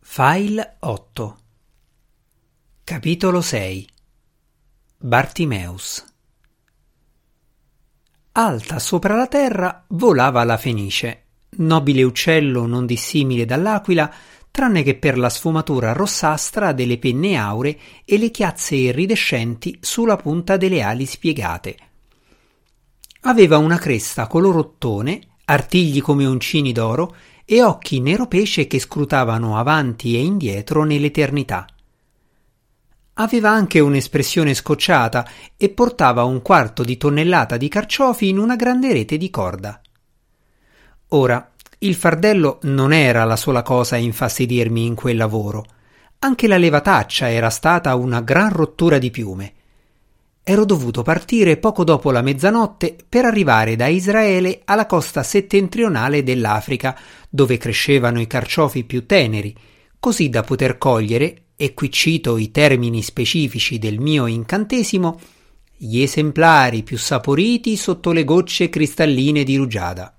File 8 Capitolo 6 Bartimeus. Alta sopra la terra volava la fenice, nobile uccello non dissimile dall'aquila, tranne che per la sfumatura rossastra delle penne auree e le chiazze iridescenti sulla punta delle ali spiegate. Aveva una cresta color ottone, artigli come uncini d'oro e occhi nero pesce che scrutavano avanti e indietro nell'eternità. Aveva anche un'espressione scocciata e portava 1/4 tonnellata di carciofi in una grande rete di corda. Ora, il fardello non era la sola cosa a infastidirmi in quel lavoro. Anche la levataccia era stata una gran rottura di piume. Ero dovuto partire poco dopo la mezzanotte per arrivare da Israele alla costa settentrionale dell'Africa, dove crescevano i carciofi più teneri, così da poter cogliere, e qui cito i termini specifici del mio incantesimo, gli esemplari più saporiti sotto le gocce cristalline di rugiada.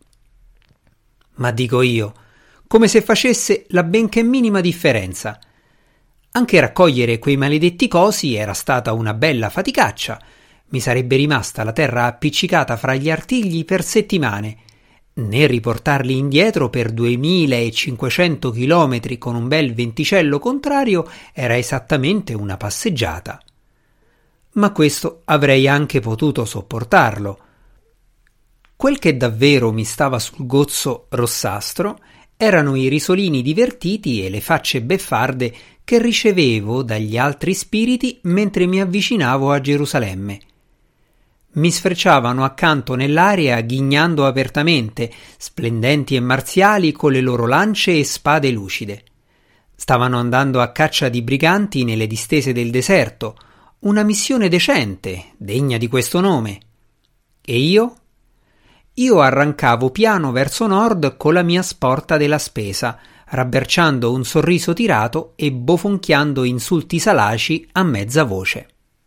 Ma dico io, come se facesse la benché minima differenza. Anche raccogliere quei maledetti cosi era stata una bella faticaccia. Mi sarebbe rimasta la terra appiccicata fra gli artigli per settimane. Né riportarli indietro per 2500 chilometri con un bel venticello contrario era esattamente una passeggiata. Ma questo avrei anche potuto sopportarlo. Quel che davvero mi stava sul gozzo rossastro erano i risolini divertiti e le facce beffarde che ricevevo dagli altri spiriti mentre mi avvicinavo a Gerusalemme. Mi sfrecciavano accanto nell'aria ghignando apertamente, splendenti e marziali con le loro lance e spade lucide. Stavano andando a caccia di briganti nelle distese del deserto, una missione decente, degna di questo nome. E io? Io arrancavo piano verso nord con la mia sporta della spesa, rabberciando un sorriso tirato e bofonchiando insulti salaci a mezza voce.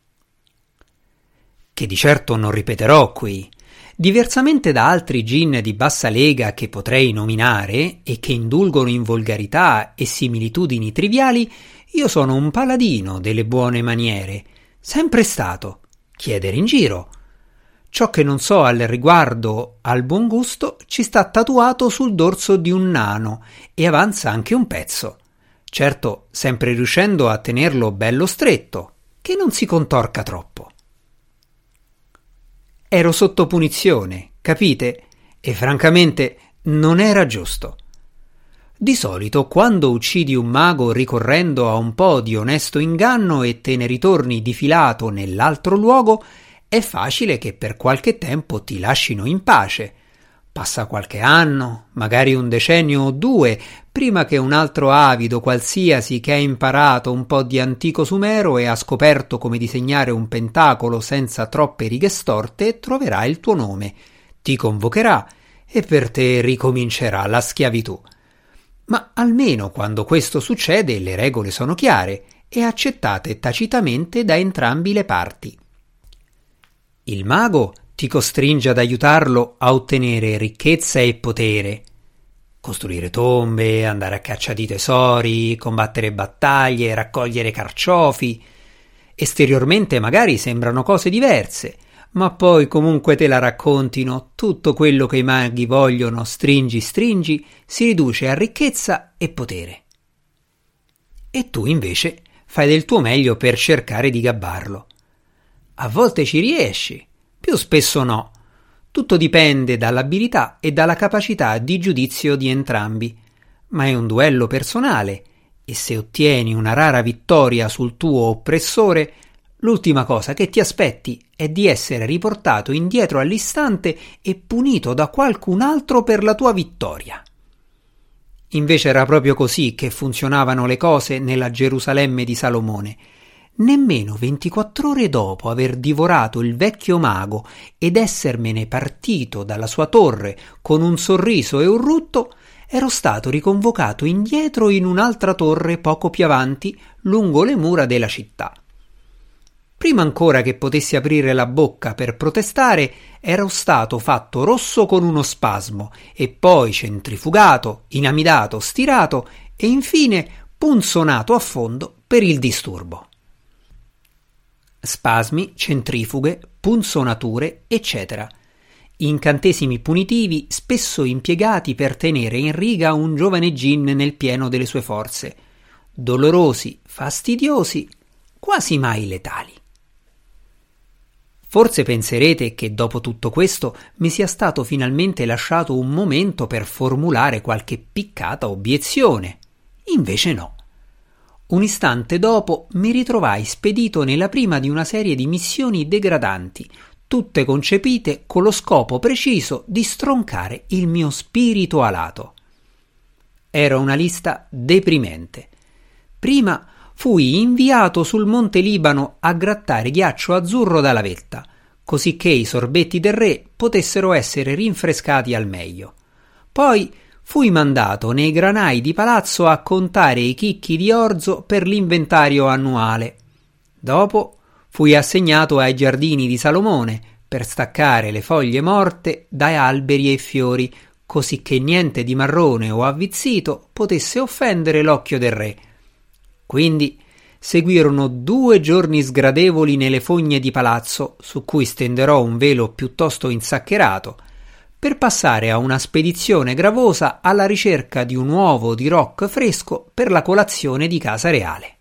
Che di certo non ripeterò qui. Diversamente da altri gin di bassa lega che potrei nominare e che indulgono in volgarità e similitudini triviali, io sono un paladino delle buone maniere, sempre stato. Chiedere in giro. Ciò che non so al riguardo al buon gusto ci sta tatuato sul dorso di un nano e avanza anche un pezzo. Certo, sempre riuscendo a tenerlo bello stretto, che non si contorca troppo. Ero sotto punizione, capite? E francamente non era giusto. Di solito, quando uccidi un mago ricorrendo a un po' di onesto inganno e te ne ritorni difilato nell'altro luogo, è facile che per qualche tempo ti lascino in pace. Passa qualche anno, magari un decennio o 2, prima che un altro avido qualsiasi che ha imparato un po' di antico sumero e ha scoperto come disegnare un pentacolo senza troppe righe storte troverà il tuo nome, ti convocherà e per te ricomincerà la schiavitù. Ma almeno quando questo succede le regole sono chiare e accettate tacitamente da entrambi le parti. Il mago ti costringe ad aiutarlo a ottenere ricchezza e potere, costruire tombe, andare a caccia di tesori, combattere battaglie, raccogliere carciofi. Esteriormente magari sembrano cose diverse, ma poi comunque te la raccontino, tutto quello che i maghi vogliono stringi si riduce a ricchezza e potere. E tu invece fai del tuo meglio per cercare di gabbarlo. A volte ci riesci, più spesso no. Tutto dipende dall'abilità e dalla capacità di giudizio di entrambi. Ma è un duello personale e se ottieni una rara vittoria sul tuo oppressore, l'ultima cosa che ti aspetti è di essere riportato indietro all'istante e punito da qualcun altro per la tua vittoria. Invece era proprio così che funzionavano le cose nella Gerusalemme di Salomone. Nemmeno 24 ore dopo aver divorato il vecchio mago ed essermene partito dalla sua torre con un sorriso e un rutto, ero stato riconvocato indietro in un'altra torre poco più avanti lungo le mura della città. Prima ancora che potessi aprire la bocca per protestare, ero stato fatto rosso con uno spasmo e poi centrifugato, inamidato, stirato e infine punzonato a fondo per il disturbo. Spasmi, centrifughe, punzonature, eccetera. Incantesimi punitivi spesso impiegati per tenere in riga un giovane gin nel pieno delle sue forze, dolorosi, fastidiosi, quasi mai letali. Forse penserete che dopo tutto questo mi sia stato finalmente lasciato un momento per formulare qualche piccata obiezione. Invece no. Un istante dopo mi ritrovai spedito nella prima di una serie di missioni degradanti, tutte concepite con lo scopo preciso di stroncare il mio spirito alato. Era una lista deprimente. Prima fui inviato sul Monte Libano a grattare ghiaccio azzurro dalla vetta, così che i sorbetti del re potessero essere rinfrescati al meglio. Poi fui mandato nei granai di palazzo a contare i chicchi di orzo per l'inventario annuale. Dopo fui assegnato ai giardini di Salomone per staccare le foglie morte dai alberi e fiori, così che niente di marrone o avvizzito potesse offendere l'occhio del re. Quindi seguirono 2 giorni sgradevoli nelle fogne di palazzo, su cui stenderò un velo piuttosto insaccherato, per passare a una spedizione gravosa alla ricerca di un uovo di roc fresco per la colazione di casa reale.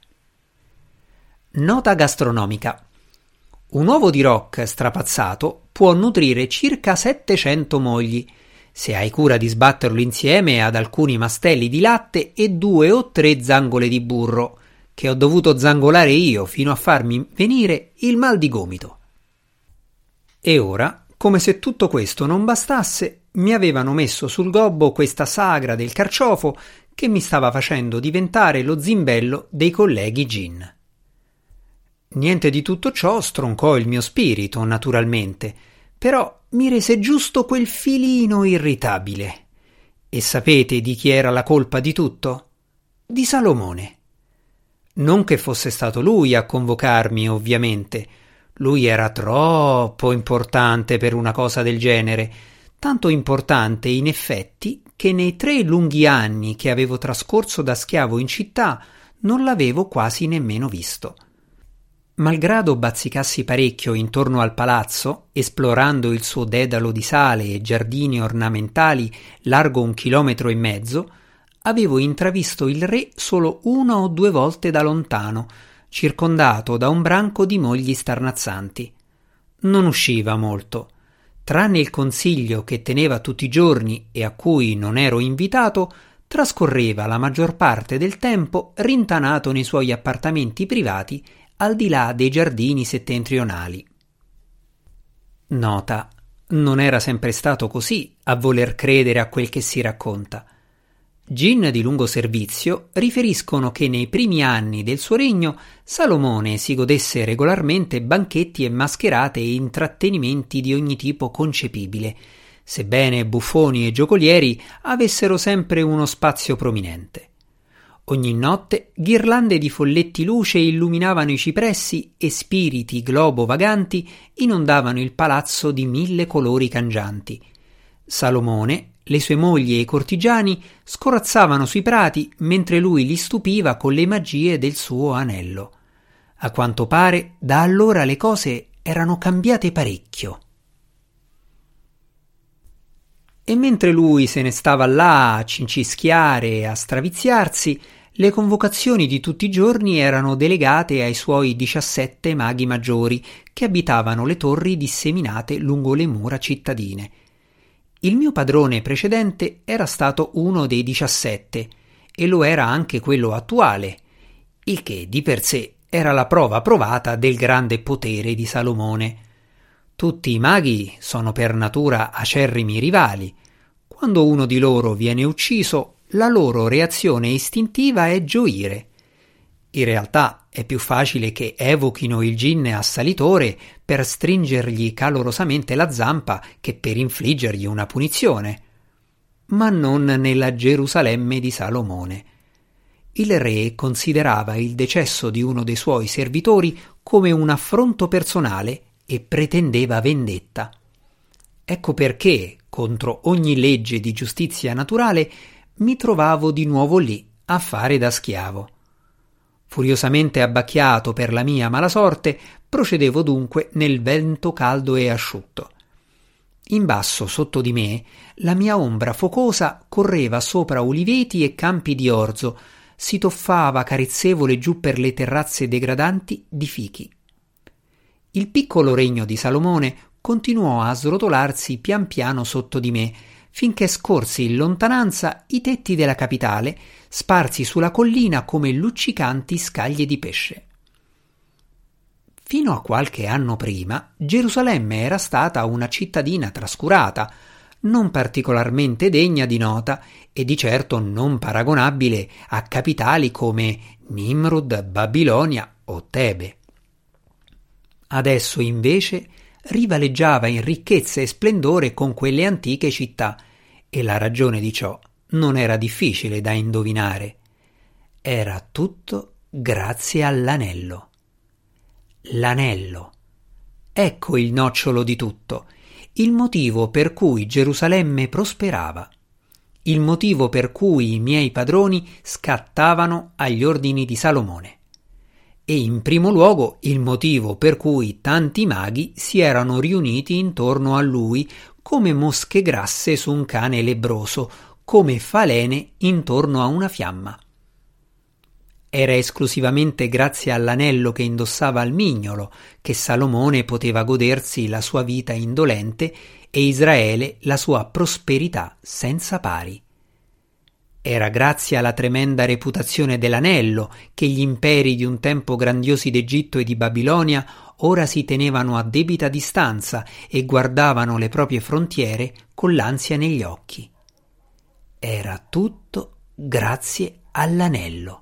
Nota gastronomica. Un uovo di roc strapazzato può nutrire circa 700 mogli, se hai cura di sbatterlo insieme ad alcuni mastelli di latte e 2 o 3 zangole di burro, che ho dovuto zangolare io fino a farmi venire il mal di gomito. E ora, come se tutto questo non bastasse, mi avevano messo sul gobbo questa sagra del carciofo che mi stava facendo diventare lo zimbello dei colleghi gin. Niente di tutto ciò stroncò il mio spirito, naturalmente, però mi rese giusto quel filino irritabile. E sapete di chi era la colpa di tutto? Di Salomone. Non che fosse stato lui a convocarmi, ovviamente. Lui era troppo importante per una cosa del genere, tanto importante in effetti che nei 3 lunghi anni che avevo trascorso da schiavo in città non l'avevo quasi nemmeno visto. Malgrado bazzicassi parecchio intorno al palazzo, esplorando il suo dedalo di sale e giardini ornamentali largo 1,5 chilometri, avevo intravisto il re solo 1 o 2 volte da lontano, circondato da un branco di mogli starnazzanti. Non usciva molto. Tranne il consiglio che teneva tutti i giorni e a cui non ero invitato, trascorreva la maggior parte del tempo rintanato nei suoi appartamenti privati al di là dei giardini settentrionali. Nota: non era sempre stato così, a voler credere a quel che si racconta. Gin di lungo servizio riferiscono che nei primi anni del suo regno Salomone si godesse regolarmente banchetti e mascherate e intrattenimenti di ogni tipo concepibile, sebbene buffoni e giocolieri avessero sempre uno spazio prominente. Ogni notte ghirlande di folletti luce illuminavano i cipressi e spiriti globo vaganti inondavano il palazzo di 1000 colori cangianti. Salomone, le sue mogli e i cortigiani scorazzavano sui prati mentre lui li stupiva con le magie del suo anello. A quanto pare, da allora le cose erano cambiate parecchio. E mentre lui se ne stava là a cincischiare e a straviziarsi, le convocazioni di tutti i giorni erano delegate ai suoi 17 maghi maggiori che abitavano le torri disseminate lungo le mura cittadine. Il mio padrone precedente era stato uno dei 17 e lo era anche quello attuale, il che di per sé era la prova provata del grande potere di Salomone. Tutti i maghi sono per natura acerrimi rivali. Quando uno di loro viene ucciso, la loro reazione istintiva è gioire. In realtà è più facile che evochino il gin assalitore per stringergli calorosamente la zampa che per infliggergli una punizione. Ma non nella Gerusalemme di Salomone. Il re considerava il decesso di uno dei suoi servitori come un affronto personale e pretendeva vendetta. Ecco perché, contro ogni legge di giustizia naturale, mi trovavo di nuovo lì a fare da schiavo. Furiosamente abbacchiato per la mia mala sorte, procedevo dunque nel vento caldo e asciutto. In basso, sotto di me, la mia ombra focosa correva sopra uliveti e campi di orzo, si tuffava carezzevole giù per le terrazze degradanti di fichi. Il piccolo regno di Salomone continuò a srotolarsi pian piano sotto di me, finché scorsi in lontananza i tetti della capitale, sparsi sulla collina come luccicanti scaglie di pesce. Fino a qualche anno prima, Gerusalemme era stata una cittadina trascurata, non particolarmente degna di nota e di certo non paragonabile a capitali come Nimrud, Babilonia o Tebe. Adesso invece rivaleggiava in ricchezza e splendore con quelle antiche città, e la ragione di ciò non era difficile da indovinare. Era tutto grazie all'anello. L'anello. Ecco il nocciolo di tutto, il motivo per cui Gerusalemme prosperava, il motivo per cui i miei padroni scattavano agli ordini di Salomone. E in primo luogo il motivo per cui tanti maghi si erano riuniti intorno a lui come mosche grasse su un cane lebbroso, come falene intorno a una fiamma. Era esclusivamente grazie all'anello che indossava al mignolo che Salomone poteva godersi la sua vita indolente e Israele la sua prosperità senza pari. Era grazie alla tremenda reputazione dell'anello che gli imperi di un tempo grandiosi d'Egitto e di Babilonia ora si tenevano a debita distanza e guardavano le proprie frontiere con l'ansia negli occhi. Era tutto grazie all'anello.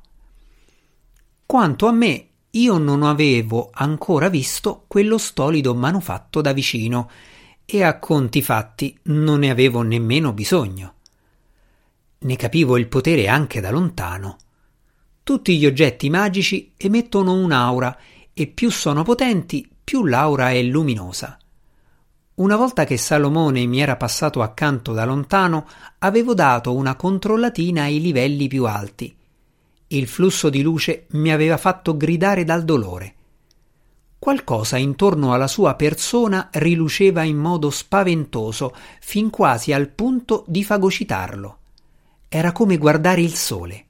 Quanto a me, io non avevo ancora visto quello stolido manufatto da vicino e a conti fatti non ne avevo nemmeno bisogno. Ne capivo il potere anche da lontano. Tutti gli oggetti magici emettono un'aura e più sono potenti, più l'aura è luminosa. Una volta che Salomone mi era passato accanto da lontano, avevo dato una controllatina ai livelli più alti. Il flusso di luce mi aveva fatto gridare dal dolore. Qualcosa intorno alla sua persona riluceva in modo spaventoso, fin quasi al punto di fagocitarlo. Era come guardare il sole.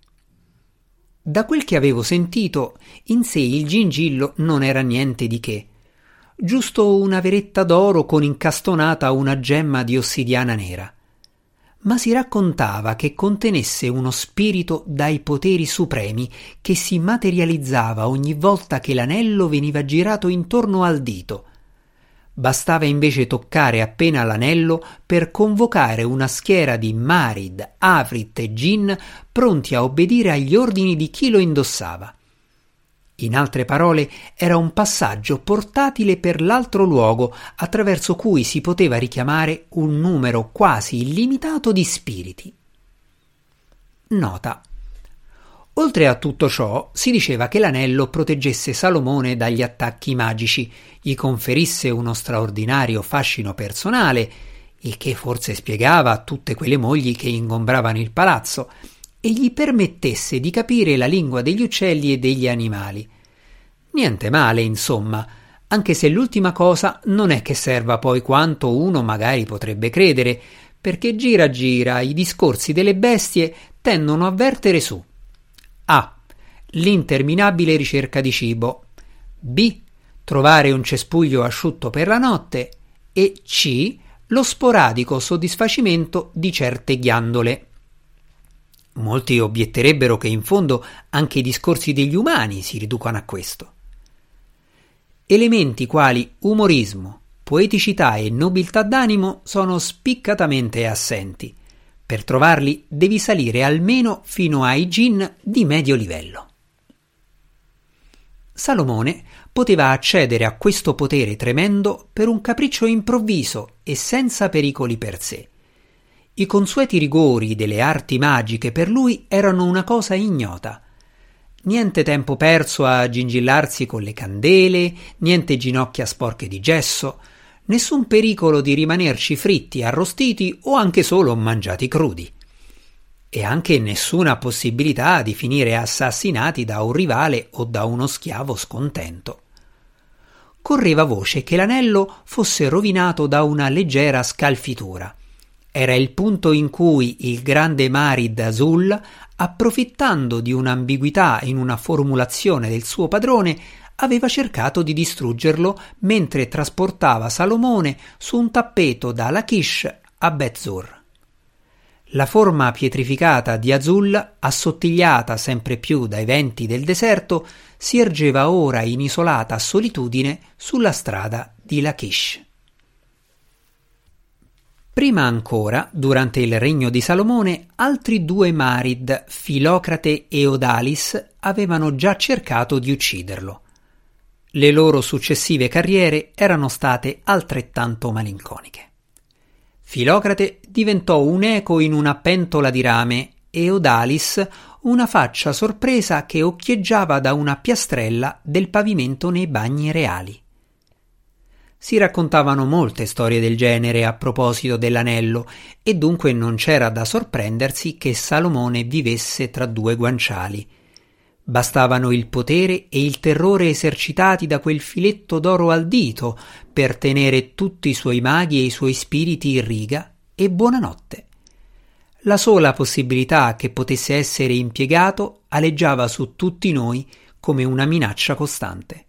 Da quel che avevo sentito, in sé il gingillo non era niente di che. Giusto una veretta d'oro con incastonata una gemma di ossidiana nera. Ma si raccontava che contenesse uno spirito dai poteri supremi che si materializzava ogni volta che l'anello veniva girato intorno al dito. Bastava invece toccare appena l'anello per convocare una schiera di Marid, Afrit e Jinn pronti a obbedire agli ordini di chi lo indossava. In altre parole, era un passaggio portatile per l'altro luogo attraverso cui si poteva richiamare un numero quasi illimitato di spiriti. Nota. Oltre a tutto ciò, si diceva che l'anello proteggesse Salomone dagli attacchi magici, gli conferisse uno straordinario fascino personale, il che forse spiegava tutte quelle mogli che ingombravano il palazzo, e gli permettesse di capire la lingua degli uccelli e degli animali. Niente male, insomma, anche se l'ultima cosa non è che serva poi quanto uno magari potrebbe credere, perché gira gira i discorsi delle bestie tendono a vertere su A. L'interminabile ricerca di cibo, B. Trovare un cespuglio asciutto per la notte e C. Lo sporadico soddisfacimento di certe ghiandole. Molti obietterebbero che in fondo anche i discorsi degli umani si riducono a questo. Elementi quali umorismo, poeticità e nobiltà d'animo sono spiccatamente assenti. Per trovarli devi salire almeno fino ai Jinn di medio livello. Salomone poteva accedere a questo potere tremendo per un capriccio improvviso e senza pericoli per sé. I consueti rigori delle arti magiche per lui erano una cosa ignota. Niente tempo perso a gingillarsi con le candele, niente ginocchia sporche di gesso, nessun pericolo di rimanerci fritti, arrostiti o anche solo mangiati crudi. e anche nessuna possibilità di finire assassinati da un rivale o da uno schiavo scontento. Correva voce che l'anello fosse rovinato da una leggera scalfitura. Era il punto in cui il grande Marid Azul, approfittando di un'ambiguità in una formulazione del suo padrone, aveva cercato di distruggerlo mentre trasportava Salomone su un tappeto da Lachish a Bet-Zur. La forma pietrificata di Azul, assottigliata sempre più dai venti del deserto, si ergeva ora in isolata solitudine sulla strada di Lachish. Prima ancora, durante il regno di Salomone, altri 2 Marid, Filocrate e Odalis, avevano già cercato di ucciderlo. Le loro successive carriere erano state altrettanto malinconiche. Filocrate diventò un eco in una pentola di rame e Odalis una faccia sorpresa che occhieggiava da una piastrella del pavimento nei bagni reali. Si raccontavano molte storie del genere a proposito dell'anello e dunque non c'era da sorprendersi che Salomone vivesse tra 2 guanciali. Bastavano il potere e il terrore esercitati da quel filetto d'oro al dito per tenere tutti i suoi maghi e i suoi spiriti in riga e buonanotte. La sola possibilità che potesse essere impiegato aleggiava su tutti noi come una minaccia costante.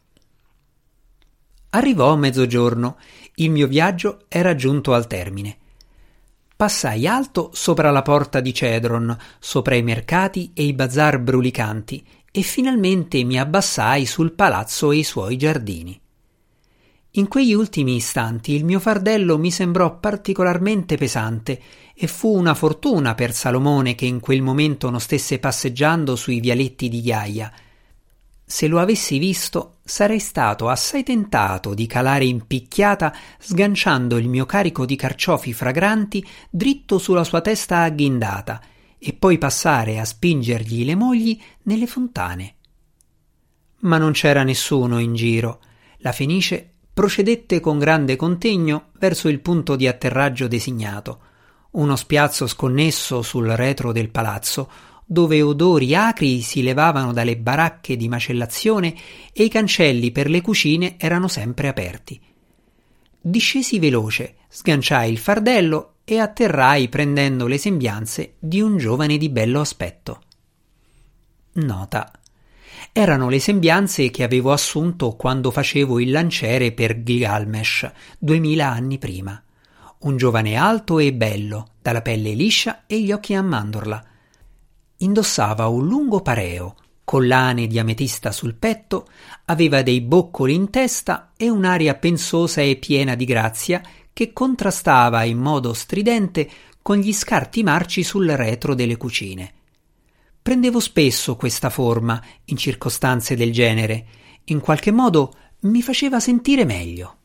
Arrivò mezzogiorno, il mio viaggio era giunto al termine. Passai alto sopra la porta di Cedron, sopra i mercati e i bazar brulicanti, e finalmente mi abbassai sul palazzo e i suoi giardini. In quegli ultimi istanti il mio fardello mi sembrò particolarmente pesante e fu una fortuna per Salomone che in quel momento non stesse passeggiando sui vialetti di ghiaia. Se lo avessi visto, sarei stato assai tentato di calare in picchiata sganciando il mio carico di carciofi fragranti dritto sulla sua testa agghindata e poi passare a spingergli le mogli nelle fontane. Ma non c'era nessuno in giro. La Fenice procedette con grande contegno verso il punto di atterraggio designato, uno spiazzo sconnesso sul retro del palazzo, dove odori acri si levavano dalle baracche di macellazione e i cancelli per le cucine erano sempre aperti. Discesi veloce, sganciai il fardello e atterrai prendendo le sembianze di un giovane di bello aspetto. Nota: erano le sembianze che avevo assunto quando facevo il lanciere per Gilgamesh 2000 anni prima. Un giovane alto e bello, dalla pelle liscia e gli occhi a mandorla. Indossava un lungo pareo, collane di ametista sul petto, aveva dei boccoli in testa e un'aria pensosa e piena di grazia che contrastava in modo stridente con gli scarti marci sul retro delle cucine. Prendevo spesso questa forma in circostanze del genere, in qualche modo mi faceva sentire meglio.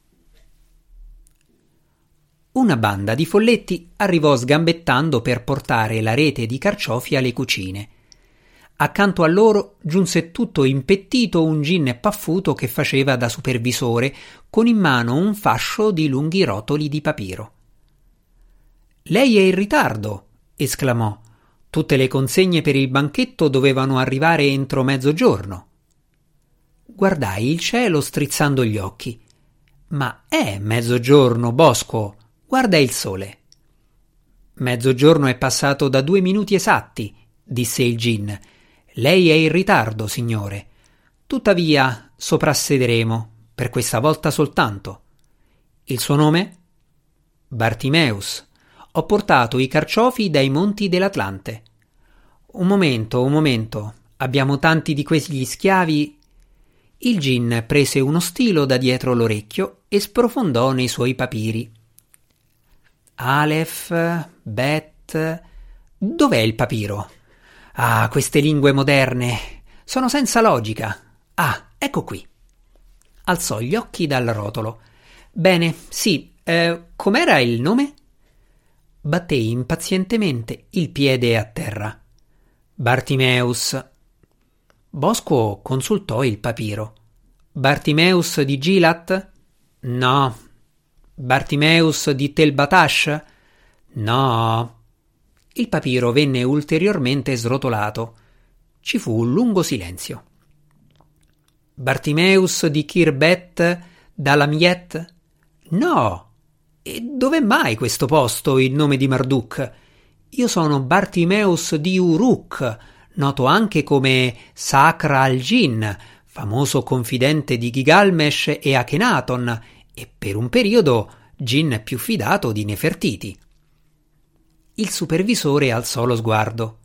Una banda di folletti arrivò sgambettando per portare la rete di carciofi alle cucine. Accanto a loro giunse tutto impettito un gin paffuto che faceva da supervisore, con in mano un fascio di lunghi rotoli di papiro. «Lei è in ritardo!» esclamò. «Tutte le consegne per il banchetto dovevano arrivare entro mezzogiorno». Guardai il cielo strizzando gli occhi. «Ma è mezzogiorno, Bosco! Guarda il sole!» «Mezzogiorno è passato da 2 minuti esatti», disse il gin. «Lei è in ritardo, signore. Tuttavia soprassederemo, per questa volta soltanto». «Il suo nome?» «Bartimeus. Ho portato i carciofi dai monti dell'Atlante». Un momento. Abbiamo tanti di quegli schiavi». Il gin prese uno stilo da dietro l'orecchio e sprofondò nei suoi papiri. Aleph, Bet... Dov'è il papiro? Ah, queste lingue moderne! Sono senza logica. Ah, ecco qui. Alzò gli occhi dal rotolo. Bene, sì, com'era il nome? Battei impazientemente il piede a terra. Bartimeus. Bosco consultò il papiro. Bartimeus di Gilat? No. Bartimeus di Tel Batash? No. Il papiro venne ulteriormente srotolato. Ci fu un lungo silenzio. Bartimeus di Khirbet Dallamiet? No! E dov'è mai questo posto, il nome di Marduk? Io sono Bartimeus di Uruk, noto anche come Sacra al-Jin, famoso confidente di Gilgamesh e Akhenaton, e per un periodo Jin più fidato di Nefertiti. Il supervisore alzò lo sguardo.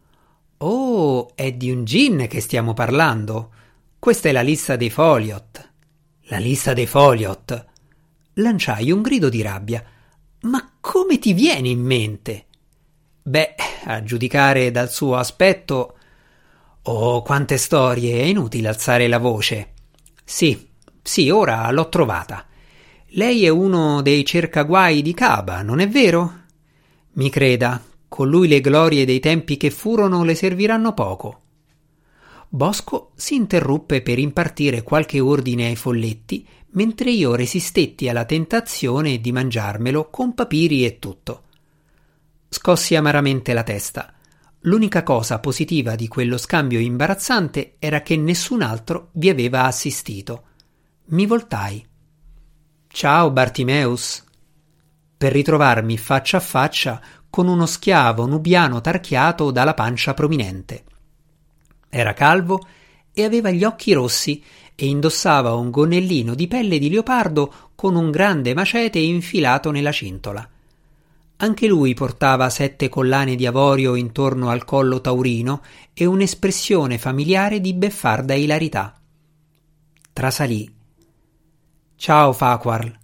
Oh, è di un Jin che stiamo parlando. Questa è la lista dei Foliot. La lista dei Foliot. Lanciai un grido di rabbia. Ma come ti viene in mente? Beh, a giudicare dal suo aspetto... Oh, quante storie, è inutile alzare la voce. Sì, ora l'ho trovata. Lei è uno dei cercaguai di Kaaba, non è vero? Mi creda, con lui le glorie dei tempi che furono le serviranno poco. Bosco si interruppe per impartire qualche ordine ai folletti, mentre io resistetti alla tentazione di mangiarmelo con papiri e tutto. Scossi amaramente la testa. L'unica cosa positiva di quello scambio imbarazzante era che nessun altro vi aveva assistito. Mi voltai. Ciao, Bartimeus. Per ritrovarmi faccia a faccia con uno schiavo nubiano tarchiato dalla pancia prominente. Era calvo e aveva gli occhi rossi e indossava un gonnellino di pelle di leopardo con un grande macete infilato nella cintola. Anche lui portava 7 collane di avorio intorno al collo taurino e un'espressione familiare di beffarda ilarità. Trasalì. Ciao, Farquhar.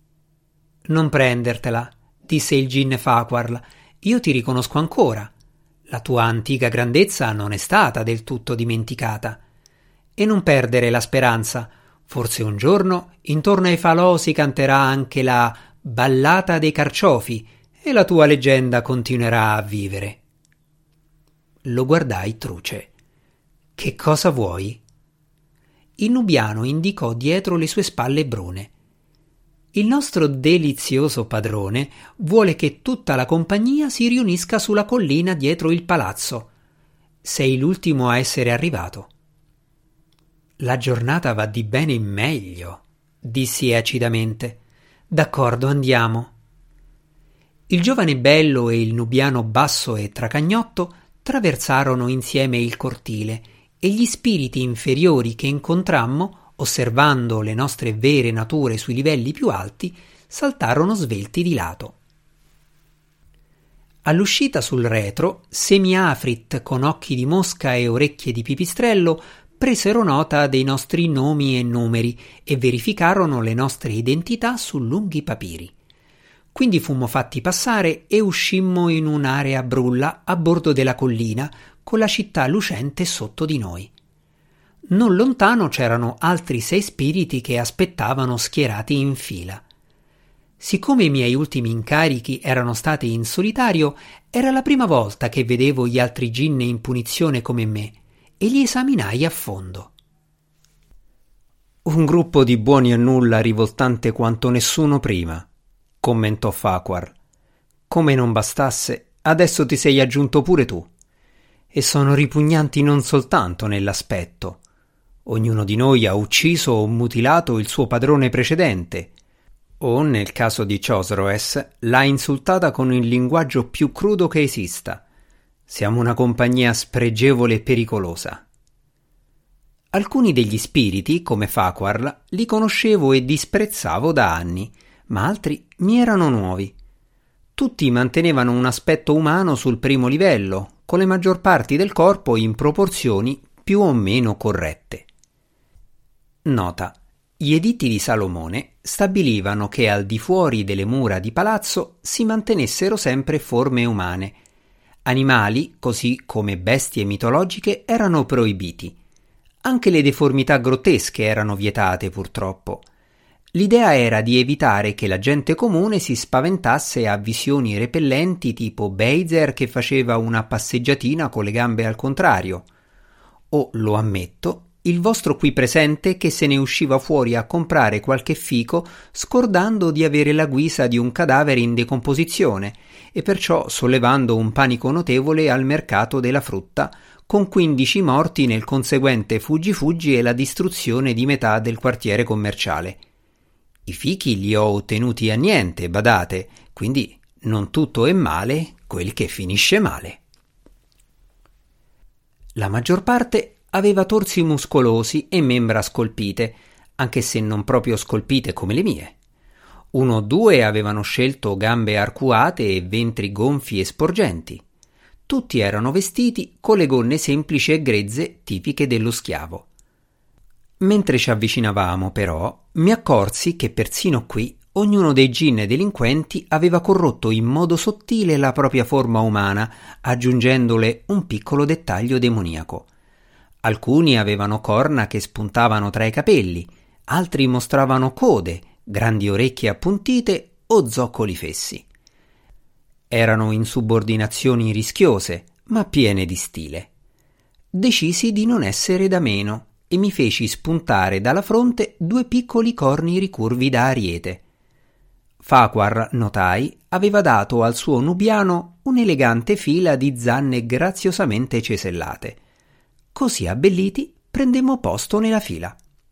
Non prendertela, disse il gin Farquhar. Io ti riconosco ancora. La tua antica grandezza non è stata del tutto dimenticata. E non perdere la speranza. Forse un giorno intorno ai falò si canterà anche la ballata dei carciofi e la tua leggenda continuerà a vivere. Lo guardai truce. Che cosa vuoi? Il nubiano indicò dietro le sue spalle brune. Il nostro delizioso padrone vuole che tutta la compagnia si riunisca sulla collina dietro il palazzo. Sei l'ultimo a essere arrivato. La giornata va di bene in meglio, dissi acidamente. D'accordo, andiamo. Il giovane bello e il nubiano basso e tracagnotto traversarono insieme il cortile e gli spiriti inferiori che incontrammo, osservando le nostre vere nature sui livelli più alti, saltarono svelti di lato. All'uscita sul retro, semi-afrit con occhi di mosca e orecchie di pipistrello presero nota dei nostri nomi e numeri e verificarono le nostre identità su lunghi papiri. Quindi fummo fatti passare e uscimmo in un'area brulla a bordo della collina, con la città lucente sotto di noi. Non lontano c'erano altri 6 spiriti che aspettavano schierati in fila. Siccome i miei ultimi incarichi erano stati in solitario, era la prima volta che vedevo gli altri ginne in punizione come me, e li esaminai a fondo. Un gruppo di buoni a nulla rivoltante quanto nessuno prima, commentò Farquhar. Come non bastasse, adesso ti sei aggiunto pure tu. E sono ripugnanti non soltanto nell'aspetto. Ognuno di noi ha ucciso o mutilato il suo padrone precedente, o, nel caso di Chosroes, l'ha insultata con il linguaggio più crudo che esista. Siamo una compagnia spregevole e pericolosa. Alcuni degli spiriti, come Farquhar, li conoscevo e disprezzavo da anni, ma altri mi erano nuovi. Tutti mantenevano un aspetto umano sul primo livello, con le maggior parti del corpo in proporzioni più o meno corrette. Nota: gli editti di Salomone stabilivano che al di fuori delle mura di palazzo si mantenessero sempre forme umane. Animali, così come bestie mitologiche, erano proibiti. Anche le deformità grottesche erano vietate, purtroppo. L'idea era di evitare che la gente comune si spaventasse a visioni repellenti tipo Beyzer che faceva una passeggiatina con le gambe al contrario. O, lo ammetto, il vostro qui presente che se ne usciva fuori a comprare qualche fico scordando di avere la guisa di un cadavere in decomposizione e perciò sollevando un panico notevole al mercato della frutta, con 15 morti nel conseguente fuggi e la distruzione di metà del quartiere commerciale. I fichi li ho ottenuti a niente, badate, quindi non tutto è male quel che finisce male. La maggior parte aveva torsi muscolosi e membra scolpite, anche se non proprio scolpite come le mie. 1 o 2 avevano scelto gambe arcuate e ventri gonfi e sporgenti. Tutti erano vestiti con le gonne semplici e grezze tipiche dello schiavo. Mentre ci avvicinavamo, però, mi accorsi che persino qui ognuno dei gin delinquenti aveva corrotto in modo sottile la propria forma umana, aggiungendole un piccolo dettaglio demoniaco. Alcuni avevano corna che spuntavano tra i capelli, altri mostravano code, grandi orecchie appuntite o zoccoli fessi. Erano insubordinazioni rischiose, ma piene di stile. Decisi di non essere da meno e mi feci spuntare dalla fronte 2 piccoli corni ricurvi da ariete. Farquhar, notai, aveva dato al suo nubiano un'elegante fila di zanne graziosamente cesellate. Così abbelliti prendemmo posto nella fila.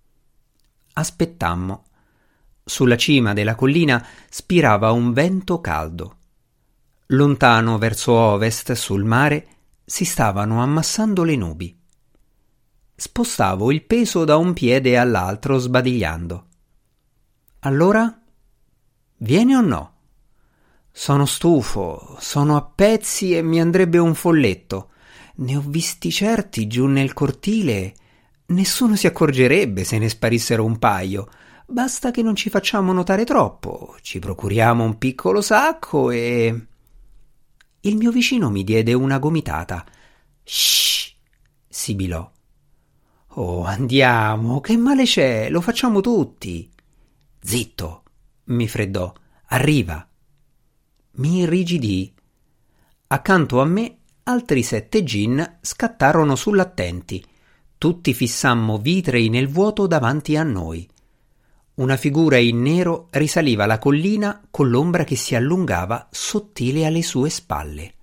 Aspettammo. Sulla cima della collina spirava un vento caldo. Lontano verso ovest, sul mare, si stavano ammassando le nubi. Spostavo il peso da un piede all'altro sbadigliando. Allora? Viene o no? Sono stufo, sono a pezzi e mi andrebbe un folletto. Ne ho visti certi giù nel cortile. Nessuno si accorgerebbe se ne sparissero un paio. Basta che non ci facciamo notare troppo. Ci procuriamo un piccolo sacco e... Il mio vicino mi diede una gomitata. Shh! Sibilò. Oh, andiamo, che male c'è? Lo facciamo tutti. Zitto! Mi freddò. Arriva! Mi irrigidii. Accanto a me altri 7 gin scattarono sull'attenti. Tutti fissammo vitrei nel vuoto davanti a noi. Una figura in nero risaliva la collina con l'ombra che si allungava sottile alle sue spalle.